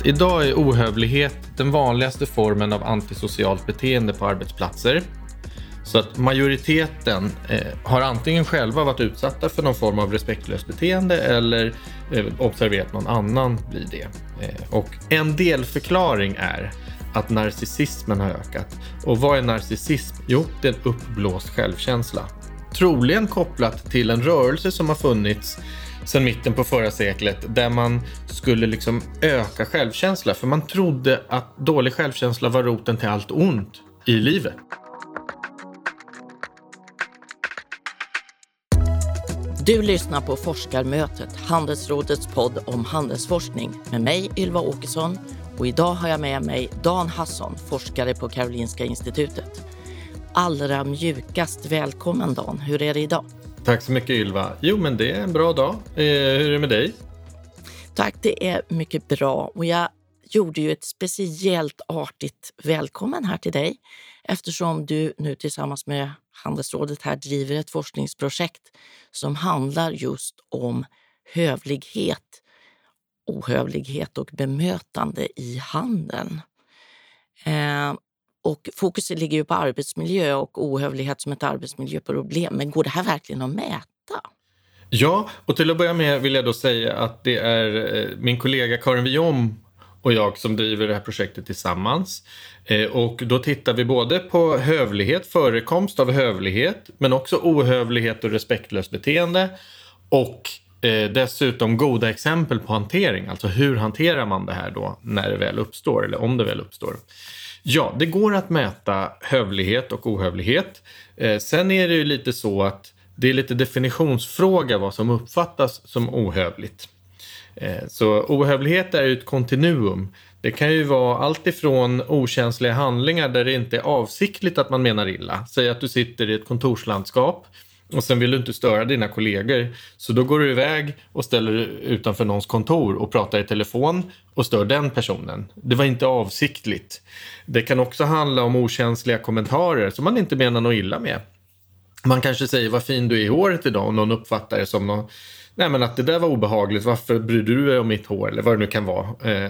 att idag är ohövlighet den vanligaste formen av antisocialt beteende på arbetsplatser. Så att majoriteten har antingen själva varit utsatta för någon form av respektlöst beteende eller observerat någon annan bli det. Och en delförklaring är att narcissismen har ökat. Och vad är narcissism? Jo, det är en uppblåst självkänsla. Troligen kopplat till en rörelse som har funnits sedan mitten på förra seklet där man skulle liksom öka självkänsla. För man trodde att dålig självkänsla var roten till allt ont i livet. Du lyssnar på Forskarmötet, Handelsrådets podd om handelsforskning med mig Ylva Åkesson, och idag har jag med mig Dan Hasson, forskare på Karolinska institutet. Allra mjukast välkommen Dan, hur är det idag? Tack så mycket Ylva. Jo, men det är en bra dag. Hur är det med dig? Tack, det är mycket bra, och jag gjorde ju ett speciellt artigt välkommen här till dig eftersom du nu tillsammans med Handelsrådet här driver ett forskningsprojekt som handlar just om hövlighet, ohövlighet och bemötande i handeln. Och fokuset ligger ju på arbetsmiljö och ohövlighet som ett arbetsmiljöproblem. Men går det här verkligen att mäta? Ja, och till att börja med vill jag då säga att det är min kollega Karin Viom och jag som driver det här projektet tillsammans. Och då tittar vi både på hövlighet, förekomst av hövlighet, men också ohövlighet och respektlöst beteende. Och dessutom goda exempel på hantering. Alltså hur hanterar man det här då när det väl uppstår eller om det väl uppstår. Ja, det går att mäta hövlighet och ohövlighet. Sen är det ju lite så att det är lite definitionsfråga vad som uppfattas som ohövligt. Så ohövlighet är ju ett kontinuum. Det kan ju vara allt ifrån okänsliga handlingar där det inte är avsiktligt att man menar illa. Säg att du sitter i ett kontorslandskap och sen vill du inte störa dina kollegor. Så då går du iväg och ställer utanför någons kontor och pratar i telefon och stör den personen. Det var inte avsiktligt. Det kan också handla om okänsliga kommentarer som man inte menar något illa med. Man kanske säger vad fin du är i håret idag och någon uppfattar det som någon... Nej, men att det där var obehagligt. Varför bryr du dig om mitt hår? Eller vad det nu kan vara.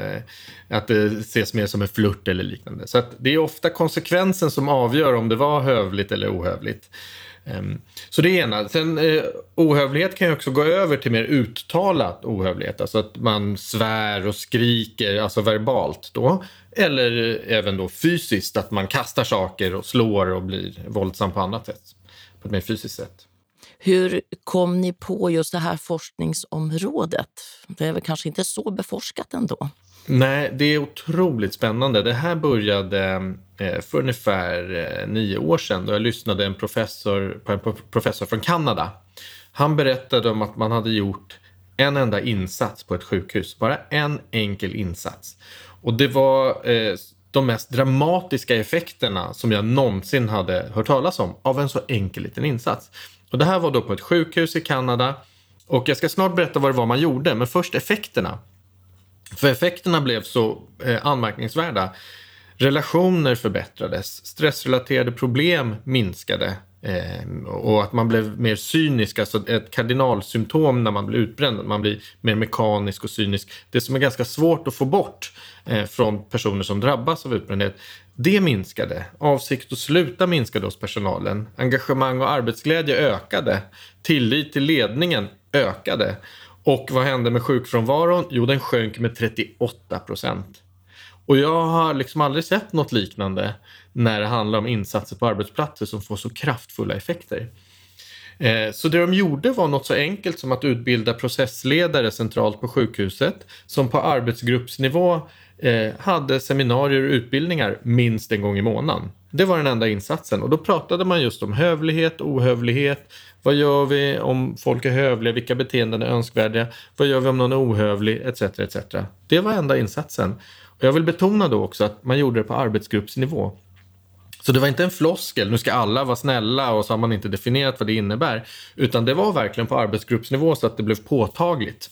Att det ses mer som en flört eller liknande. Så att det är ofta konsekvensen som avgör om det var hövligt eller ohövligt. Så det är ena. Sen ohövlighet kan ju också gå över till mer uttalat ohövlighet. Alltså att man svär och skriker, alltså verbalt då. Eller även då fysiskt, att man kastar saker och slår och blir våldsam på annat sätt. På ett mer fysiskt sätt. Hur kom ni på just det här forskningsområdet? Det är väl kanske inte så beforskat ändå? Nej, det är otroligt spännande. Det här började för ungefär 9 år sedan då jag lyssnade på en professor från Kanada. Han berättade om att man hade gjort en enda insats på ett sjukhus. Bara en enkel insats. Och det var de mest dramatiska effekterna som jag någonsin hade hört talas om av en så enkel liten insats. Och det här var då på ett sjukhus i Kanada. Och jag ska snart berätta vad det var man gjorde. Men först effekterna. För effekterna blev så anmärkningsvärda. Relationer förbättrades. Stressrelaterade problem minskade. Och att man blev mer cynisk. Alltså ett kardinalsymptom när man blir utbränd. Man blir mer mekanisk och cynisk. Det som är ganska svårt att få bort från personer som drabbas av utbrändhet. Det minskade. Avsikt att sluta minskade hos personalen. Engagemang och arbetsglädje ökade. Tillit till ledningen ökade. Och vad hände med sjukfrånvaron? Jo, den sjönk med 38%. Och jag har liksom aldrig sett något liknande när det handlar om insatser på arbetsplatser som får så kraftfulla effekter. Så det de gjorde var något så enkelt som att utbilda processledare centralt på sjukhuset som på arbetsgruppsnivå hade seminarier och utbildningar minst en gång i månaden. Det var den enda insatsen och då pratade man just om hövlighet, ohövlighet. Vad gör vi om folk är hövliga? Vilka beteenden är önskvärda? Vad gör vi om någon är ohövlig? Etc, etc. Det var enda insatsen. Och jag vill betona då också att man gjorde det på arbetsgruppsnivå. Så det var inte en floskel, nu ska alla vara snälla och så har man inte definierat vad det innebär. Utan det var verkligen på arbetsgruppsnivå så att det blev påtagligt.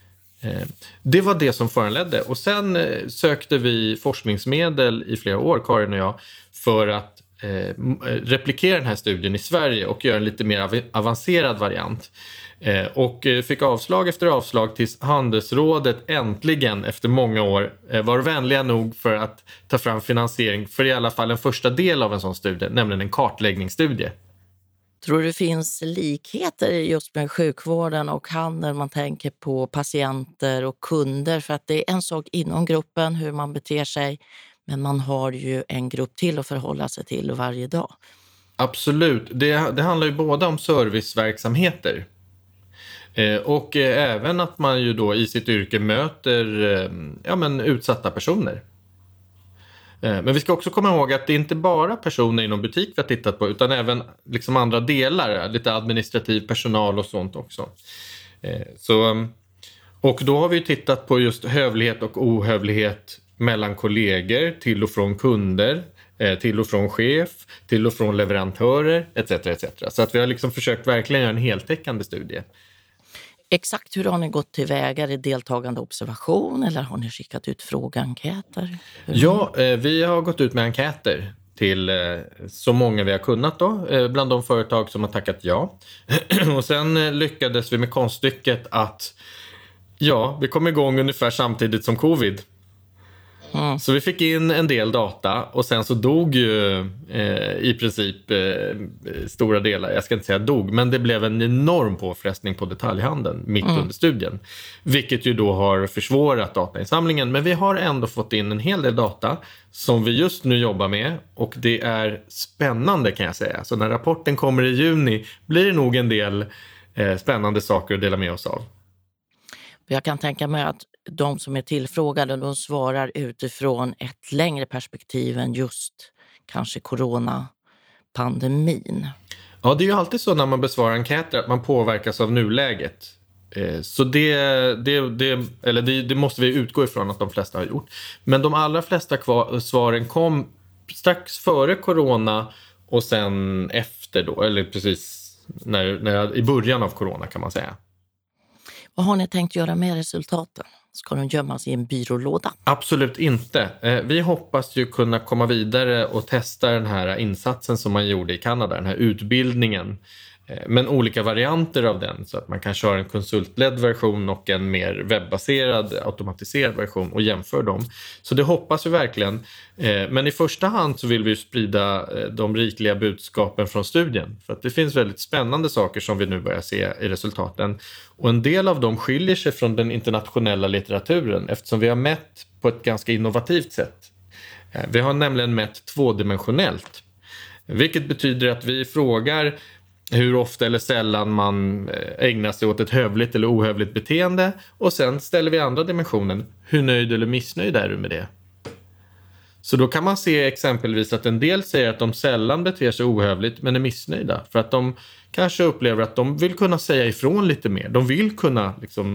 Det var det som föranledde. Och sen sökte vi forskningsmedel i flera år, Karin och jag, för att replikera den här studien i Sverige och göra en lite mer avancerad variant. Och fick avslag efter avslag tills Handelsrådet äntligen efter många år var vänliga nog för att ta fram finansiering för i alla fall en första del av en sån studie, nämligen en kartläggningsstudie. Tror du det finns likheter just med sjukvården och handeln? Man tänker på patienter och kunder, för att det är en sak inom gruppen hur man beter sig, men man har ju en grupp till att förhålla sig till varje dag. Absolut. Det handlar ju både om serviceverksamheter och även att man ju då i sitt yrke möter utsatta personer. Men vi ska också komma ihåg att det är inte bara personer inom butik vi har tittat på, utan även liksom andra delar, lite administrativ personal och sånt också. Och då har vi tittat på just hövlighet och ohövlighet mellan kollegor, till och från kunder, till och från chef, till och från leverantörer, etc. etc. Så att vi har liksom försökt verkligen göra en heltäckande studie. Exakt hur har ni gått tillväga? Är det deltagande observation eller har ni skickat ut frågeenkäter? Ja, vi har gått ut med enkäter till så många vi har kunnat då, bland de företag som har tackat ja. Och sen lyckades vi med konststycket att vi kom igång ungefär samtidigt som covid. Så vi fick in en del data och sen så dog ju i princip stora delar, jag ska inte säga dog, men det blev en enorm påfrestning på detaljhandeln mitt under studien. Vilket ju då har försvårat datainsamlingen, men vi har ändå fått in en hel del data som vi just nu jobbar med och det är spännande kan jag säga. Så när rapporten kommer i juni blir det nog en del spännande saker att dela med oss av. Jag kan tänka mig att de som är tillfrågade, de svarar utifrån ett längre perspektiv än just kanske coronapandemin. Ja, det är ju alltid så när man besvarar enkäter att man påverkas av nuläget. Så det måste vi utgå ifrån att de flesta har gjort. Men de allra flesta svaren kom strax före corona och sen efter då, eller precis i början av corona kan man säga. Vad har ni tänkt göra med resultaten? Ska de gömmas i en byrålåda? Absolut inte. Vi hoppas ju kunna komma vidare och testa den här insatsen som man gjorde i Kanada, den här utbildningen. Men olika varianter av den så att man kan köra en konsultledd version och en mer webbaserad automatiserad version och jämföra dem. Så det hoppas vi verkligen. Men i första hand så vill vi sprida de rikliga budskapen från studien. För att det finns väldigt spännande saker som vi nu börjar se i resultaten. Och en del av dem skiljer sig från den internationella litteraturen eftersom vi har mätt på ett ganska innovativt sätt. Vi har nämligen mätt tvådimensionellt. Vilket betyder att vi frågar hur ofta eller sällan man ägnar sig åt ett hövligt eller ohövligt beteende. Och sen ställer vi andra dimensionen. Hur nöjd eller missnöjd är du med det? Så då kan man se exempelvis att en del säger att de sällan beter sig ohövligt men är missnöjda. För att de kanske upplever att de vill kunna säga ifrån lite mer. De vill kunna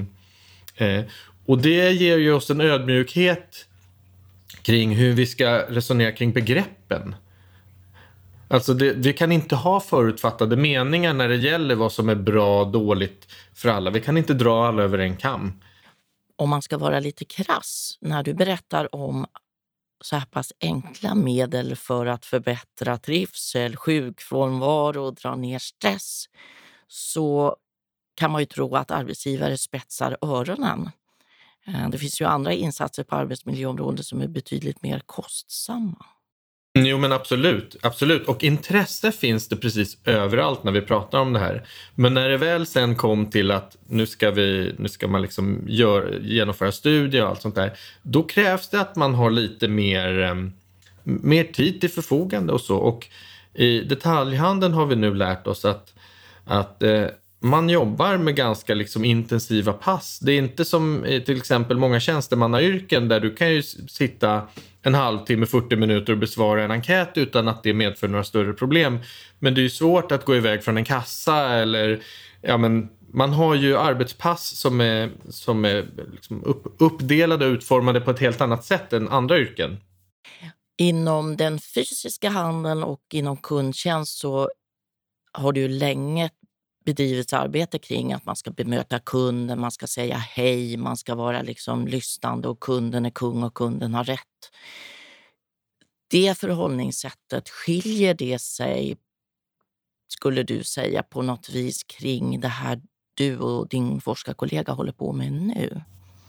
och det ger ju oss en ödmjukhet kring hur vi ska resonera kring begreppen. Alltså vi kan inte ha förutfattade meningar när det gäller vad som är bra och dåligt för alla. Vi kan inte dra alla över en kam. Om man ska vara lite krass, när du berättar om så här pass enkla medel för att förbättra trivsel, sjukfrånvaro och dra ner stress, så kan man ju tro att arbetsgivare spetsar öronen. Det finns ju andra insatser på arbetsmiljöområdet som är betydligt mer kostsamma. Jo men absolut. Och intresse finns det precis överallt när vi pratar om det här. Men när det väl sen kom till att nu ska man liksom genomföra studier och allt sånt där. Då krävs det att man har lite mer tid till förfogande och så. Och i detaljhandeln har vi nu lärt oss att man jobbar med ganska liksom intensiva pass. Det är inte som till exempel många tjänstemannayrken där du kan ju sitta en halvtimme, 40 minuter och besvara en enkät utan att det medför några större problem. Men det är ju svårt att gå iväg från en kassa eller man har ju arbetspass som är liksom uppdelade och utformade på ett helt annat sätt än andra yrken. Inom den fysiska handeln och inom kundtjänst så har det ju länge bedrivits arbete kring att man ska bemöta kunden, man ska säga hej, man ska vara liksom lyssnande och kunden är kung och kunden har rätt. det förhållningssättet, skiljer det sig, skulle du säga, på något vis kring det här du och din forskarkollega håller på med nu?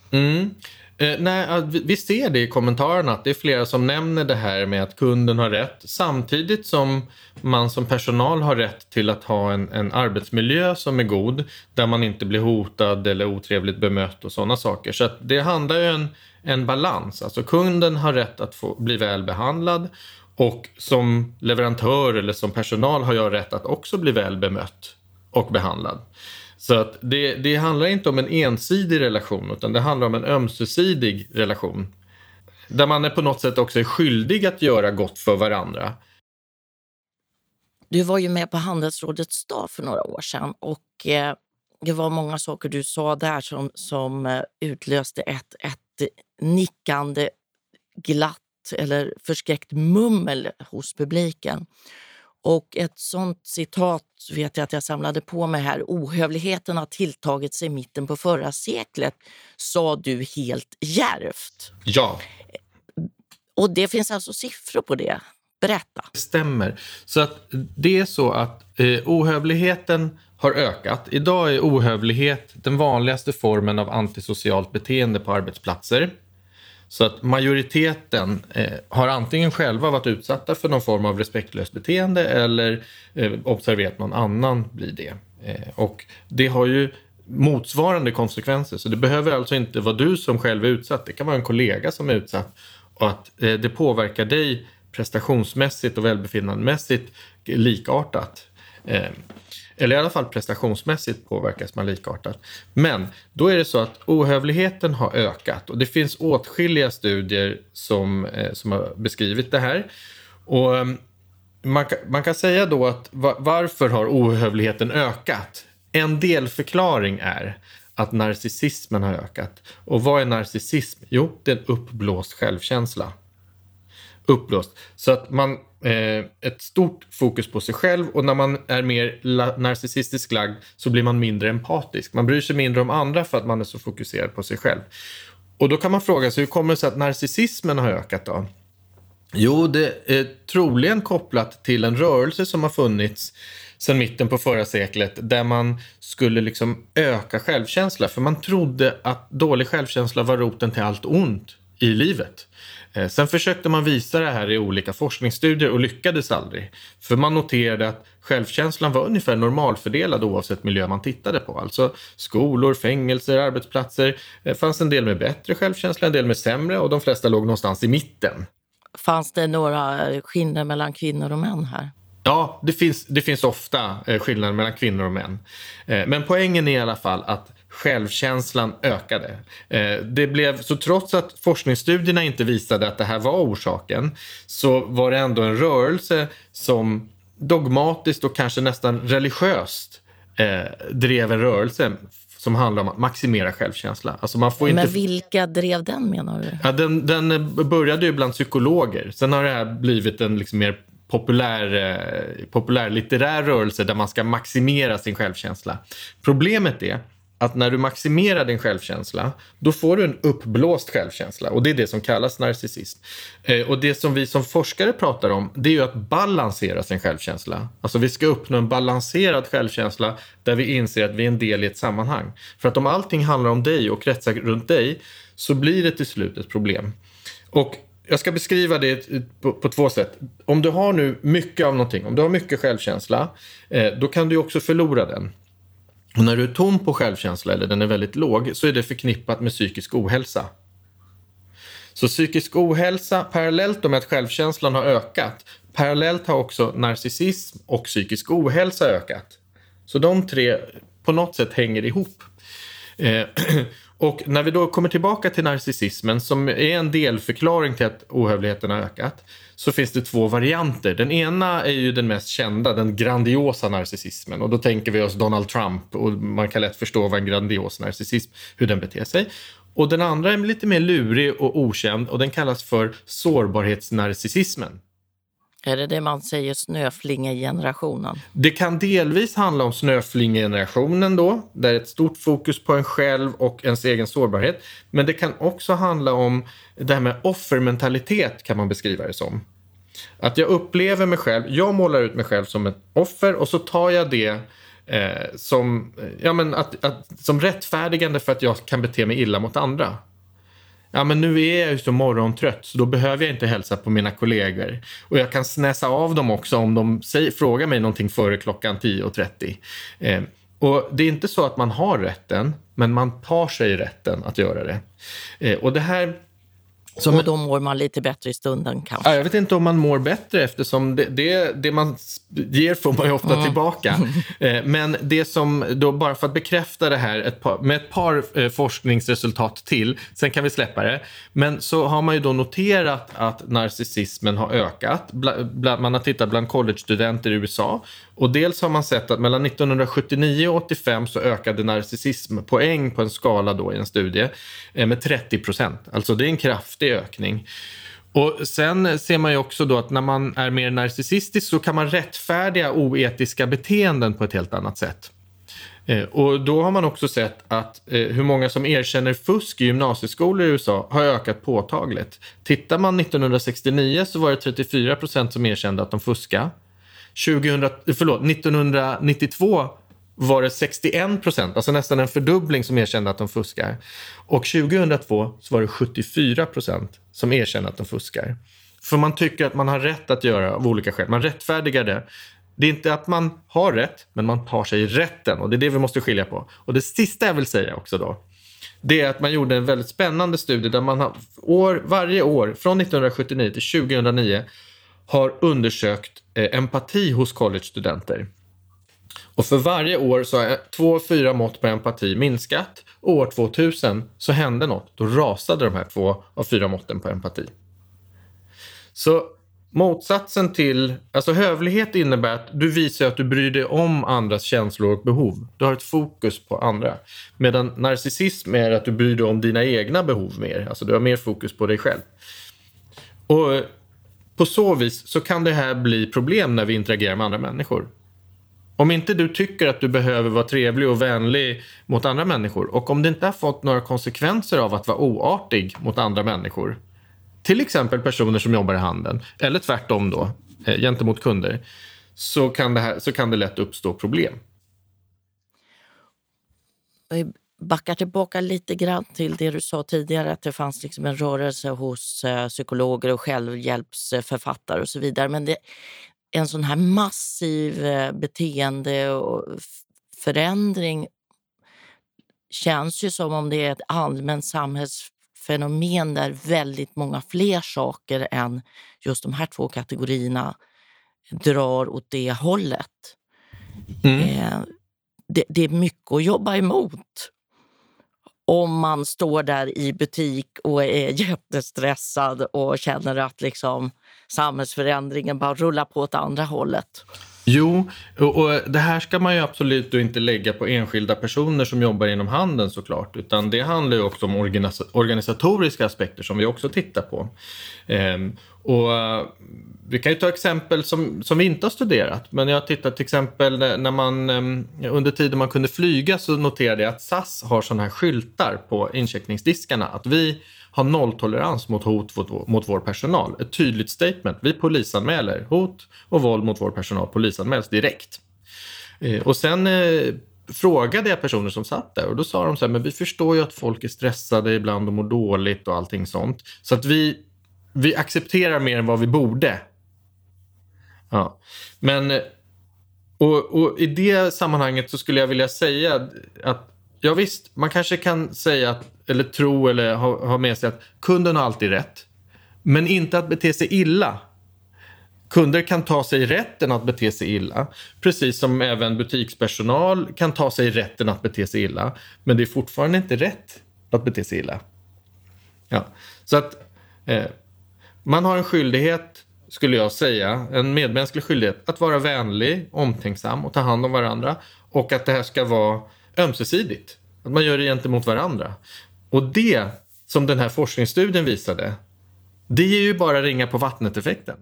Nej, vi ser det i kommentarerna att det är flera som nämner det här med att kunden har rätt, samtidigt som man som personal har rätt till att ha en arbetsmiljö som är god, där man inte blir hotad eller otrevligt bemött och sådana saker. Så att det handlar ju en balans. Alltså kunden har rätt att få bli väl behandlad, och som leverantör eller som personal har jag rätt att också bli väl bemött och behandlad. Så att det handlar inte om en ensidig relation, utan det handlar om en ömsesidig relation. Där man är på något sätt också är skyldig att göra gott för varandra. Du var ju med på Handelsrådets dag för några år sedan, och det var många saker du sa där som utlöste ett nickande, glatt eller förskräckt mummel hos publiken. Och ett sånt citat vet jag att jag samlade på mig här. Ohövligheten har tilltagit sig mitten på förra seklet, sa du helt djärvt. Ja. Och det finns alltså siffror på det. Berätta. Det stämmer. Så att det är så att ohövligheten har ökat. Idag är ohövlighet den vanligaste formen av antisocialt beteende på arbetsplatser. Så att majoriteten har antingen själva varit utsatta för någon form av respektlöst beteende eller observerat någon annan bli det. Och det har ju motsvarande konsekvenser. Så det behöver alltså inte vara du som själv är utsatt. Det kan vara en kollega som är utsatt. Och att det påverkar dig prestationsmässigt och välbefinnandemässigt likartat. Eller i alla fall prestationsmässigt påverkas man likartat. Men då är det så att ohövligheten har ökat. Och det finns åtskilliga studier som har beskrivit det här. Och man kan säga då att varför har ohövligheten ökat? En delförklaring är att narcissismen har ökat. Och vad är narcissism? Jo, det är en uppblåst självkänsla. Uppblåst. Så att man ett stort fokus på sig själv, och när man är mer narcissistisk lagd så blir man mindre empatisk. Man bryr sig mindre om andra för att man är så fokuserad på sig själv. Och då kan man fråga sig, hur kommer det sig att narcissismen har ökat då? Jo, det är troligen kopplat till en rörelse som har funnits sedan mitten på förra seklet, där man skulle liksom öka självkänsla. För man trodde att dålig självkänsla var roten till allt ont i livet. Sen försökte man visa det här i olika forskningsstudier och lyckades aldrig. För man noterade att självkänslan var ungefär normalfördelad oavsett miljö man tittade på. Alltså skolor, fängelser, arbetsplatser. Det fanns en del med bättre självkänsla, en del med sämre, och de flesta låg någonstans i mitten. Fanns det några skillnader mellan kvinnor och män här? Ja, det finns ofta skillnader mellan kvinnor och män. Men poängen är i alla fall att självkänslan ökade. Det blev, så trots att forskningsstudierna inte visade att det här var orsaken, så var det ändå en rörelse som dogmatiskt och kanske nästan religiöst drev en rörelse som handlar om att maximera självkänsla. Alltså man får inte... Men vilka drev den, menar du? Ja, den började ju bland psykologer. Sen har det här blivit en liksom mer populär litterär rörelse där man ska maximera sin självkänsla. Problemet är att när du maximerar din självkänsla, då får du en uppblåst självkänsla, och det är det som kallas narcissism. Och det som vi som forskare pratar om, det är ju att balansera sin självkänsla. Alltså vi ska uppnå en balanserad självkänsla där vi inser att vi är en del i ett sammanhang. För att om allting handlar om dig och kretsar runt dig, så blir det till slut ett problem. Och jag ska beskriva det på två sätt. Om du har nu mycket av någonting, om du har mycket självkänsla, då kan du också förlora den. Och när du är tom på självkänsla, eller den är väldigt låg, så är det förknippat med psykisk ohälsa. Så psykisk ohälsa, parallellt med att självkänslan har ökat, parallellt har också narcissism och psykisk ohälsa ökat. Så de tre på något sätt hänger ihop. Och när vi då kommer tillbaka till narcissismen, som är en delförklaring till att ohövligheten har ökat, så finns det två varianter. Den ena är ju den mest kända, den grandiosa narcissismen. Och då tänker vi oss Donald Trump, och man kan lätt förstå vad en grandios narcissism, hur den beter sig. Och den andra är lite mer lurig och okänd, och den kallas för sårbarhetsnarcissismen. Är det man säger snöflingegenerationen? Det kan delvis handla om snöflingegenerationen då, där ett stort fokus på en själv och ens egen sårbarhet. Men det kan också handla om det här med offermentalitet, kan man beskriva det som. Att jag upplever mig själv, jag målar ut mig själv som ett offer och så tar jag det som, som rättfärdigande för att jag kan bete mig illa mot andra. Ja, men nu är jag ju så morgontrött så då behöver jag inte hälsa på mina kollegor. Och jag kan snäsa av dem också om de frågar mig någonting före klockan 10:30. Och det är inte så att man har rätten, men man tar sig rätten att göra det. Och det här... Och då mår man lite bättre i stunden kanske. Ja, jag vet inte om man mår bättre eftersom det man ger får man ju ofta tillbaka. Men det som då, bara för att bekräfta det här med ett par forskningsresultat till, sen kan vi släppa det. Men så har man ju då noterat att narcissismen har ökat. Man har tittat bland college-studenter i USA. Och dels har man sett att mellan 1979 och 85 så ökade narcissismpoäng på en skala då i en studie med 30%. Alltså det är en kraftig ökning. Och sen ser man ju också då att när man är mer narcissistisk så kan man rättfärdiga oetiska beteenden på ett helt annat sätt. Och då har man också sett att hur många som erkänner fusk i gymnasieskolor i USA har ökat påtagligt. Tittar man 1969 så var det 34% som erkände att de fuskade. 1992 var det 61%, alltså nästan en fördubbling som erkände att de fuskar. Och 2002 så var det 74% som erkände att de fuskar. För man tycker att man har rätt att göra av olika skäl. Man rättfärdigar det. Det är inte att man har rätt, men man tar sig rätten. Och det är det vi måste skilja på. Och det sista jag vill säga också då, det är att man gjorde en väldigt spännande studie där man varje år från 1979 till 2009 har undersökt empati hos college-studenter. Och för varje år så har 2-4 mått på empati minskat. Och år 2000 så hände något. Då rasade de här 2 av 4 måtten på empati. Så motsatsen till... Alltså hövlighet innebär att du visar att du bryr dig om andras känslor och behov. Du har ett fokus på andra. Medan narcissism är att du bryr dig om dina egna behov mer. Alltså du har mer fokus på dig själv. Och på så vis så kan det här bli problem när vi interagerar med andra människor. Om inte du tycker att du behöver vara trevlig och vänlig mot andra människor och om det inte har fått några konsekvenser av att vara oartig mot andra människor, till exempel personer som jobbar i handeln eller tvärtom då, gentemot kunder, så kan det lätt uppstå problem. Vi backar tillbaka lite grann till det du sa tidigare, att det fanns liksom en rörelse hos psykologer och självhjälpsförfattare och så vidare, men en sån här massiv beteende och förändring känns ju som om det är ett allmänt samhällsfenomen där väldigt många fler saker än just de här 2 kategorierna drar åt det hållet. Det är mycket att jobba emot. Om man står där i butik och är jättestressad och känner att liksom samhällsförändringen bara rullar på åt andra hållet. Jo, och det här ska man ju absolut inte lägga på enskilda personer som jobbar inom handeln såklart. Utan det handlar ju också om organisatoriska aspekter som vi också tittar på. Och vi kan ju ta exempel som vi inte har studerat. Men jag har tittat till exempel när man under tiden man kunde flyga så noterade jag att SAS har sådana här skyltar på incheckningsdiskarna. Att vi har nolltolerans mot hot mot vår personal. Ett tydligt statement. Vi polisanmäler hot och våld mot vår personal. Polisanmäls direkt. Och sen frågade jag personer som satt där och då sa de så här, men vi förstår ju att folk är stressade ibland och mår dåligt och allting sånt. Så att vi accepterar mer än vad vi borde. Ja. Men och i det sammanhanget så skulle jag vilja säga att ja visst, man kanske kan säga att, eller tro eller ha med sig att kunden har alltid rätt. Men inte att bete sig illa. Kunder kan ta sig rätten att bete sig illa. Precis som även butikspersonal kan ta sig rätten att bete sig illa. Men det är fortfarande inte rätt att bete sig illa. Ja. Så att man har en skyldighet, skulle jag säga, en medmänsklig skyldighet att vara vänlig, omtänksam och ta hand om varandra. Och att det här ska vara ömsesidigt. Att man gör det gentemot varandra. Och det som den här forskningsstudien visade, det är ju bara ringa på vattnet-effekten.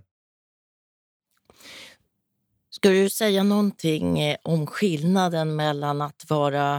Ska du säga någonting om skillnaden mellan att vara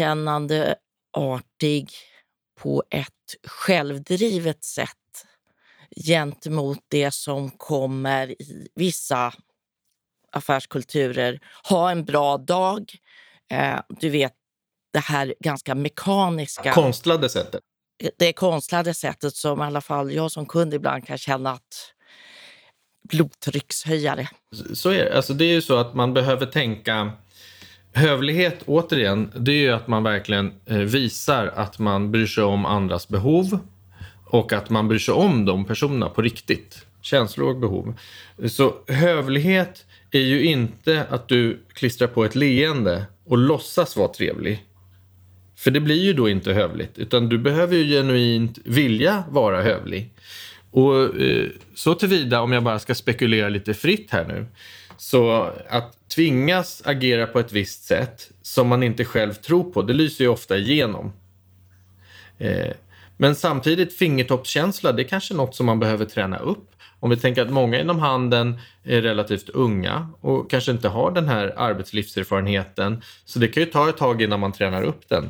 inkännande, artig på ett självdrivet sätt gentemot det som kommer i vissa affärskulturer. Ha en bra dag. Du vet, det här ganska mekaniska. Konstlade sättet. Det konstlade sättet som i alla fall jag som kund ibland kan känna att blodtryckshöjare. Så är det. Alltså det är ju så att man behöver tänka hövlighet, återigen, det är ju att man verkligen visar att man bryr sig om andras behov och att man bryr sig om de personerna på riktigt. Känslor och behov. Så hövlighet är ju inte att du klistrar på ett leende och låtsas vara trevlig. För det blir ju då inte hövligt, utan du behöver ju genuint vilja vara hövlig. Och så tillvida, om jag bara ska spekulera lite fritt här nu, så att tvingas agera på ett visst sätt som man inte själv tror på, det lyser ju ofta igenom. Men samtidigt fingertoppskänsla, det är kanske något som man behöver träna upp. Om vi tänker att många inom handeln är relativt unga och kanske inte har den här arbetslivserfarenheten, så det kan ju ta ett tag innan man tränar upp den.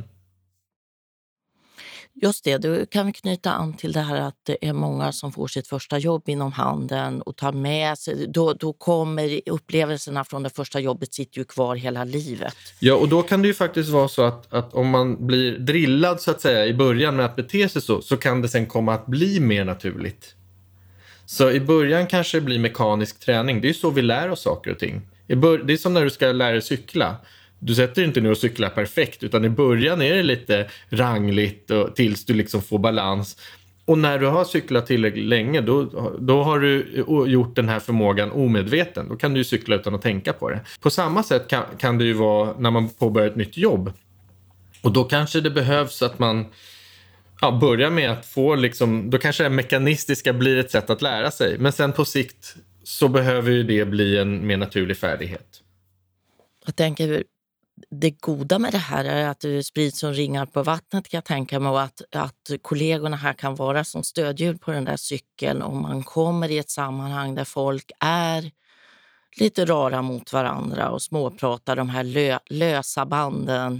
Just det, då kan vi knyta an till det här att det är många som får sitt första jobb inom handeln och tar med sig, då kommer upplevelserna från det första jobbet sitter ju kvar hela livet. Ja, och då kan det ju faktiskt vara så att om man blir drillad så att säga i början med att bete sig så kan det sen komma att bli mer naturligt. Så i början kanske det blir mekanisk träning, det är ju så vi lär oss saker och ting. Det är som när du ska lära dig cykla. Du sätter inte nu och cykla perfekt, utan i början är det lite rangligt och tills du liksom får balans. Och när du har cyklat tillräckligt länge, då har du gjort den här förmågan omedveten. Då kan du ju cykla utan att tänka på det. På samma sätt kan det ju vara när man påbörjar ett nytt jobb. Och då kanske det behövs att man börjar med att få liksom, då kanske det mekanistiska blir ett sätt att lära sig. Men sen på sikt så behöver ju det bli en mer naturlig färdighet. Jag tänker, det goda med det här är att det sprids som ringar på vattnet, kan jag tänka mig, och att kollegorna här kan vara som stödhjul på den där cykeln om man kommer i ett sammanhang där folk är lite rara mot varandra och småpratar, de här lösa banden.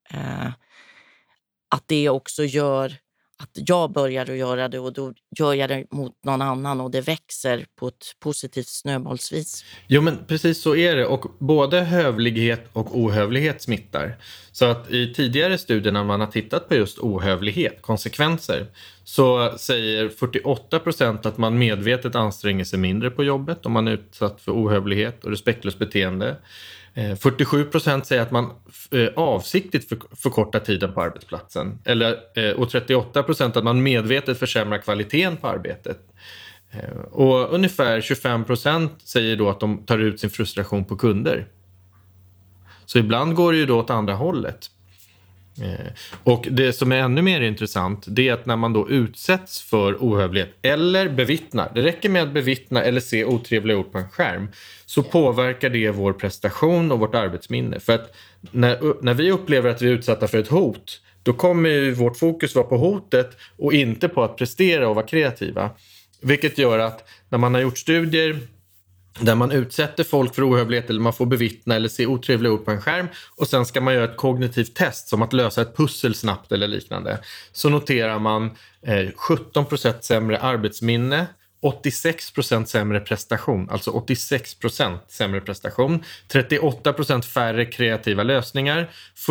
Att det också gör att jag börjar att göra det och då gör jag det mot någon annan och det växer på ett positivt snöbollsvis. Jo, men precis så är det, och både hövlighet och ohövlighet smittar. Så att i tidigare studier när man har tittat på just ohövlighet, konsekvenser, så säger 48% att man medvetet anstränger sig mindre på jobbet om man är utsatt för ohövlighet och respektlöst beteende. 47% säger att man avsiktligt förkortar tiden på arbetsplatsen. Och 38% att man medvetet försämrar kvaliteten på arbetet. Och ungefär 25% säger då att de tar ut sin frustration på kunder. Så ibland går det ju då åt andra hållet. Och det som är ännu mer intressant, det är att när man då utsätts för ohövlighet eller bevittnar, det räcker med att bevittna eller se otrevliga ord på en skärm, så påverkar det vår prestation och vårt arbetsminne. För att när vi upplever att vi är utsatta för ett hot, då kommer ju vårt fokus vara på hotet och inte på att prestera och vara kreativa. Vilket gör att när man har gjort studier där man utsätter folk för ohövlighet eller man får bevittna eller se otrevliga ord på en skärm och sen ska man göra ett kognitivt test som att lösa ett pussel snabbt eller liknande, så noterar man 17% sämre arbetsminne, 86% sämre prestation, alltså 86% sämre prestation, 38% färre kreativa lösningar,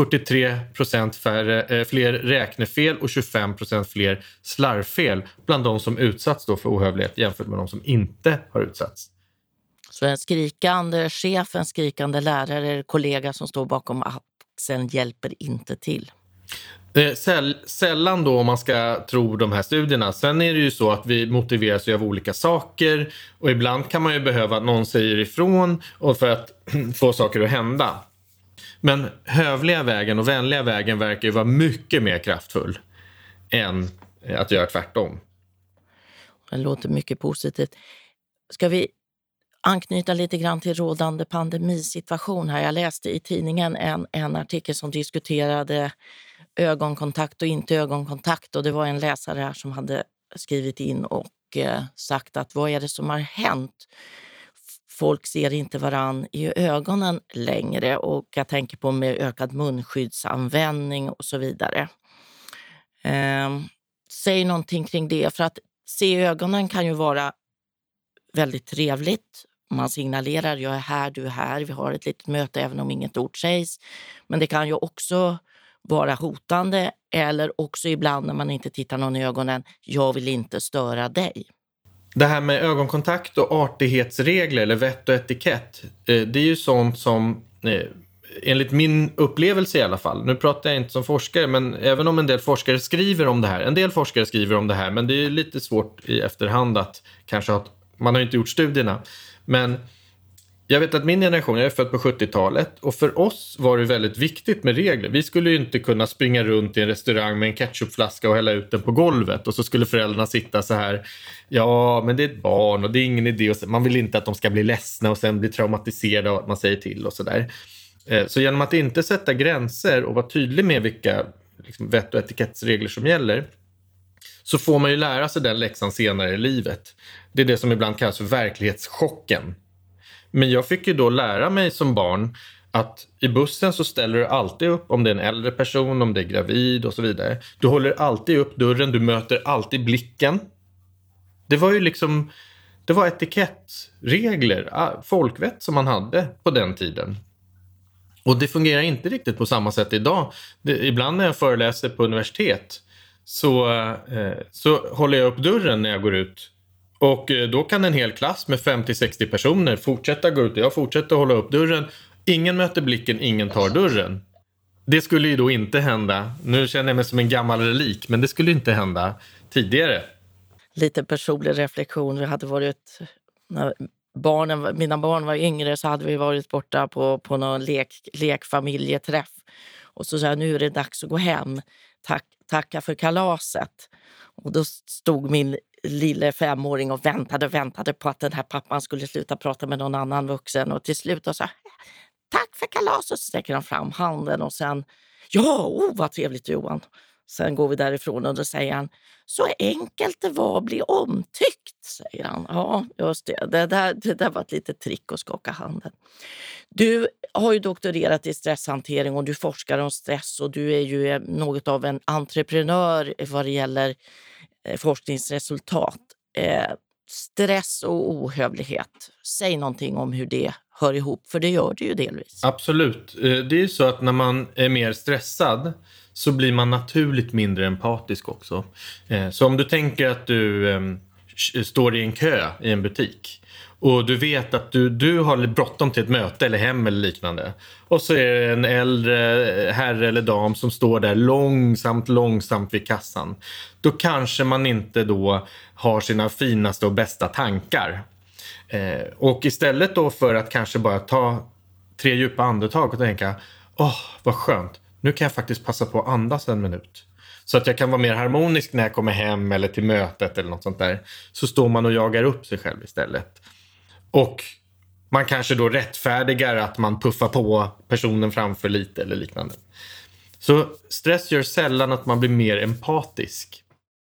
43% fler räknefel och 25% fler slarvfel bland de som utsatts då för ohövlighet jämfört med de som inte har utsatts. Så en skrikande chef, en skrikande lärare eller kollega som står bakom axeln hjälper inte till. Sällan då, om man ska tro de här studierna. Sen är det ju så att vi motiveras av olika saker och ibland kan man ju behöva att någon säger ifrån och för att få saker att hända. Men hövliga vägen och vänliga vägen verkar ju vara mycket mer kraftfull än att göra tvärtom. Det låter mycket positivt. Ska vi anknyta lite grann till rådande pandemisituation här? Jag läste i tidningen en artikel som diskuterade ögonkontakt och inte ögonkontakt, och det var en läsare här som hade skrivit in och sagt att vad är det som har hänt? Folk ser inte varann i ögonen längre, och jag tänker på med ökad munskyddsanvändning och så vidare. Säg någonting kring det, för att se i ögonen kan ju vara väldigt trevligt. Man signalerar, jag är här, du är här, vi har ett litet möte även om inget ord sägs. Men det kan ju också vara hotande, eller också ibland när man inte tittar någon i ögonen, jag vill inte störa dig. Det här med ögonkontakt och artighetsregler eller vett och etikett, det är ju sånt som enligt min upplevelse i alla fall, nu pratar jag inte som forskare, men även om en del forskare skriver om det här, men det är lite svårt i efterhand att kanske man har inte gjort studierna. Men jag vet att min generation, jag är född på 70-talet, och för oss var det väldigt viktigt med regler. Vi skulle ju inte kunna springa runt i en restaurang med en ketchupflaska och hälla ut den på golvet, och så skulle föräldrarna sitta så här, ja men det är ett barn och det är ingen idé, och man vill inte att de ska bli ledsna och sen bli traumatiserade av att man säger till och sådär. Så genom att inte sätta gränser och vara tydlig med vilka vett- och etikettsregler som gäller, så får man ju lära sig den läxan senare i livet. Det är det som ibland kallas för verklighetschocken. Men jag fick ju då lära mig som barn att i bussen så ställer du alltid upp, om det är en äldre person, om det är gravid och så vidare. Du håller alltid upp dörren, du möter alltid blicken. Det var ju det var etikettregler, folkvett som man hade på den tiden. Och det fungerar inte riktigt på samma sätt idag. Ibland när jag föreläser på universitet så håller jag upp dörren när jag går ut. Och då kan en hel klass med 50-60 personer fortsätta gå ut. Jag fortsätter hålla upp dörren. Ingen möter blicken, ingen tar dörren. Det skulle ju då inte hända. Nu känner jag mig som en gammal relik, men det skulle inte hända tidigare. Lite personlig reflektion. Vi hade varit, när mina barn var yngre, så hade vi varit borta på någon lekfamiljeträff. Och så sa jag, nu är det dags att gå hem. Tacka för kalaset. Och då stod min lille 5-åring och väntade på att den här pappan skulle sluta prata med någon annan vuxen. Och till slut sa, tack för kalaset, så sträcker han fram handen och sen, vad trevligt Johan. Sen går vi därifrån och då säger han, så enkelt det var att bli omtyckt, säger han. Ja, just det. Det där var ett litet trick att skaka handen. Du har ju doktorerat i stresshantering och du forskar om stress, och du är ju något av en entreprenör vad det gäller forskningsresultat. Stress och ohövlighet. Säg någonting om hur det hör ihop, för det gör det ju delvis. Absolut. Det är ju så att när man är mer stressad så blir man naturligt mindre empatisk också. Så om du tänker att du står i en kö i en butik och du vet att du har bråttom till ett möte eller hem eller liknande, och så är det en äldre herre eller dam som står där långsamt vid kassan, då kanske man inte då har sina finaste och bästa tankar. Och istället då för att kanske bara ta 3 djupa andetag och tänka, vad skönt, nu kan jag faktiskt passa på att andas en minut. Så att jag kan vara mer harmonisk när jag kommer hem eller till mötet eller något sånt där. Så står man och jagar upp sig själv istället. Och man kanske då rättfärdigar att man puffar på personen framför lite eller liknande. Så stress gör sällan att man blir mer empatisk.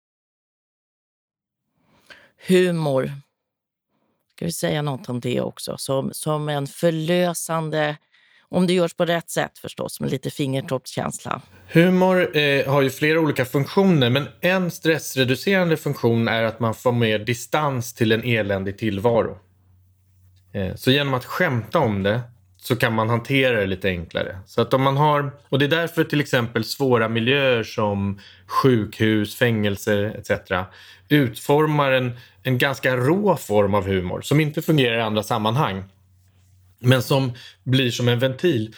Humor. Ska vi säga något om det också? Som en förlösande, om det görs på rätt sätt förstås, med lite fingertoppskänsla. Humor har ju flera olika funktioner, men en stressreducerande funktion är att man får mer distans till en eländig tillvaro. Så genom att skämta om det så kan man hantera det lite enklare. Så att om man har, och det är därför till exempel svåra miljöer som sjukhus, fängelser etc. utformar en ganska rå form av humor som inte fungerar i andra sammanhang. Men som blir som en ventil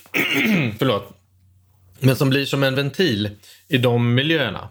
men som blir som en ventil i de miljöerna.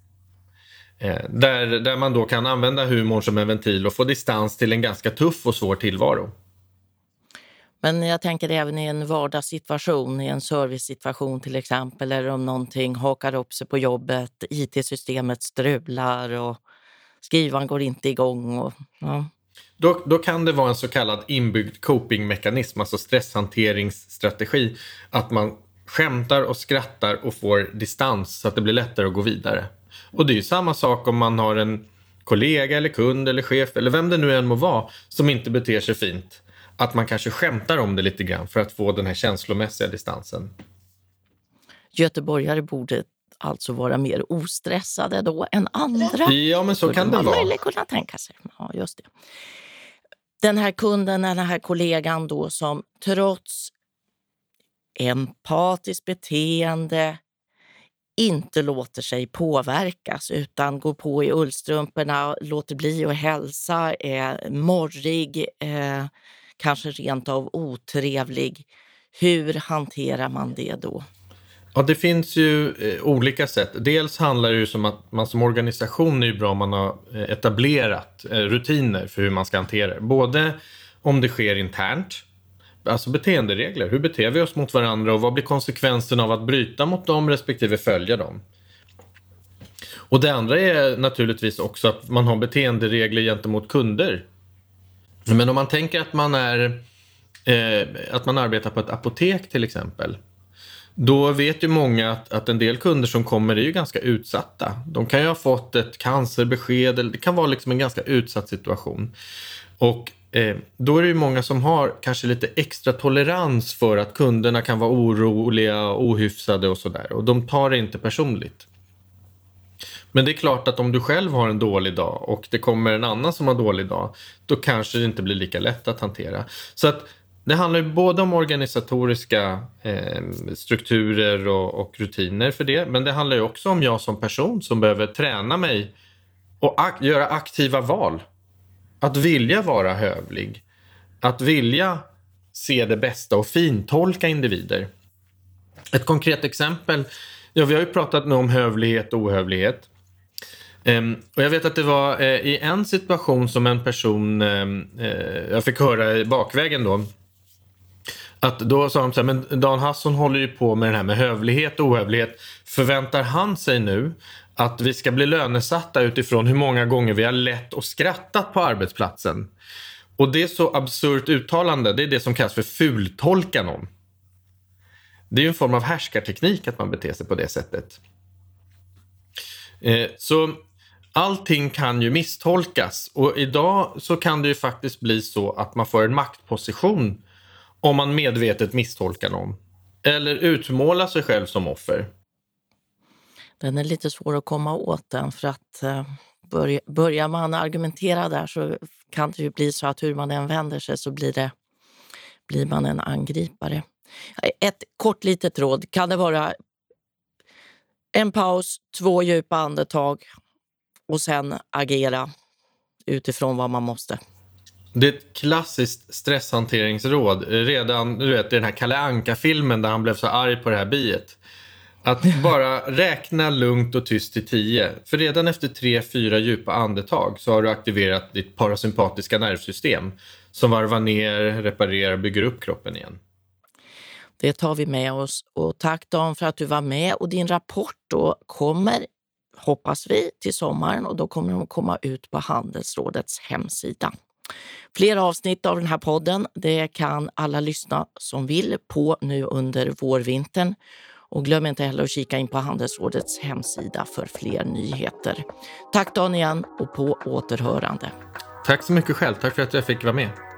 Där man då kan använda humor som en ventil och få distans till en ganska tuff och svår tillvaro. Men jag tänker även i en vardagssituation, i en servicesituation till exempel, eller om någonting hakar upp sig på jobbet, IT-systemet strular och skrivaren går inte igång. Och, ja. Då kan det vara en så kallad inbyggd copingmekanism, alltså stresshanteringsstrategi, att man skämtar och skrattar och får distans så att det blir lättare att gå vidare. Och det är ju samma sak om man har en kollega eller kund eller chef eller vem det nu än må vara som inte beter sig fint. Att man kanske skämtar om det lite grann för att få den här känslomässiga distansen. Göteborgare borde alltså vara mer ostressade då än andra. Ja, men så kan det man vara. möjligen kunna tänka sig. Ja, just det. Den här kunden, den här kollegan då som trots empatiskt beteende inte låter sig påverkas utan går på i ullstrumporna, låter bli att hälsa, är morrig, kanske rent av otrevlig. Hur hanterar man det då? Ja, det finns ju olika sätt. Dels handlar det ju om att man som organisation är ju bra om man har etablerat rutiner för hur man ska hantera det. Både om det sker internt, alltså beteenderegler. Hur beter vi oss mot varandra och vad blir konsekvenserna av att bryta mot dem respektive följa dem? Och det andra är naturligtvis också att man har beteenderegler gentemot kunder. Men om man tänker att man arbetar på ett apotek till exempel, då vet ju många att en del kunder som kommer är ju ganska utsatta. De kan ju ha fått ett cancerbesked, eller det kan vara liksom en ganska utsatt situation. Och då är det ju många som har kanske lite extra tolerans för att kunderna kan vara oroliga och ohyfsade och sådär. Och de tar det inte personligt. Men det är klart att om du själv har en dålig dag och det kommer en annan som har dålig dag, då kanske det inte blir lika lätt att hantera. Så att det handlar ju både om organisatoriska strukturer och rutiner för det. Men det handlar ju också om jag som person som behöver träna mig och göra aktiva val. Att vilja vara hövlig. Att vilja se det bästa och fintolka individer. Ett konkret exempel. Ja, vi har ju pratat nu om hövlighet och ohövlighet. Och jag vet att det var i en situation som en person, jag fick höra i bakvägen då, att då sa de så här, men Dan Hasson håller ju på med det här med hövlighet och ohövlighet. Förväntar han sig nu att vi ska bli lönesatta utifrån hur många gånger vi har lett och skrattat på arbetsplatsen? Och det är så absurt uttalande, det är det som kallas för fultolka någon. Det är ju en form av härskarteknik att man beter sig på det sättet. Så allting kan ju misstolkas, och idag så kan det ju faktiskt bli så att man får en maktposition om man medvetet misstolkar någon eller utmålar sig själv som offer. Den är lite svår att komma åt den, för att börjar man argumentera där så kan det ju bli så att hur man än vänder sig så blir man en angripare. Ett kort litet råd, kan det vara en paus, 2 djupa andetag och sen agera utifrån vad man måste. Det är ett klassiskt stresshanteringsråd. Redan, du vet, i den här Kalle Anka-filmen där han blev så arg på det här biet. Att bara räkna lugnt och tyst till 10. För redan efter 3-4 djupa andetag så har du aktiverat ditt parasympatiska nervsystem som varvar ner, reparerar, bygger upp kroppen igen. Det tar vi med oss, och tack Dan för att du var med, och din rapport då kommer, hoppas vi, till sommaren, och då kommer den att komma ut på Handelsrådets hemsida. Fler avsnitt av den här podden, det kan alla lyssna som vill på nu under vårvintern. Och glöm inte heller att kika in på Handelsrådets hemsida för fler nyheter. Tack Dan igen, och på återhörande. Tack så mycket själv, tack för att jag fick vara med.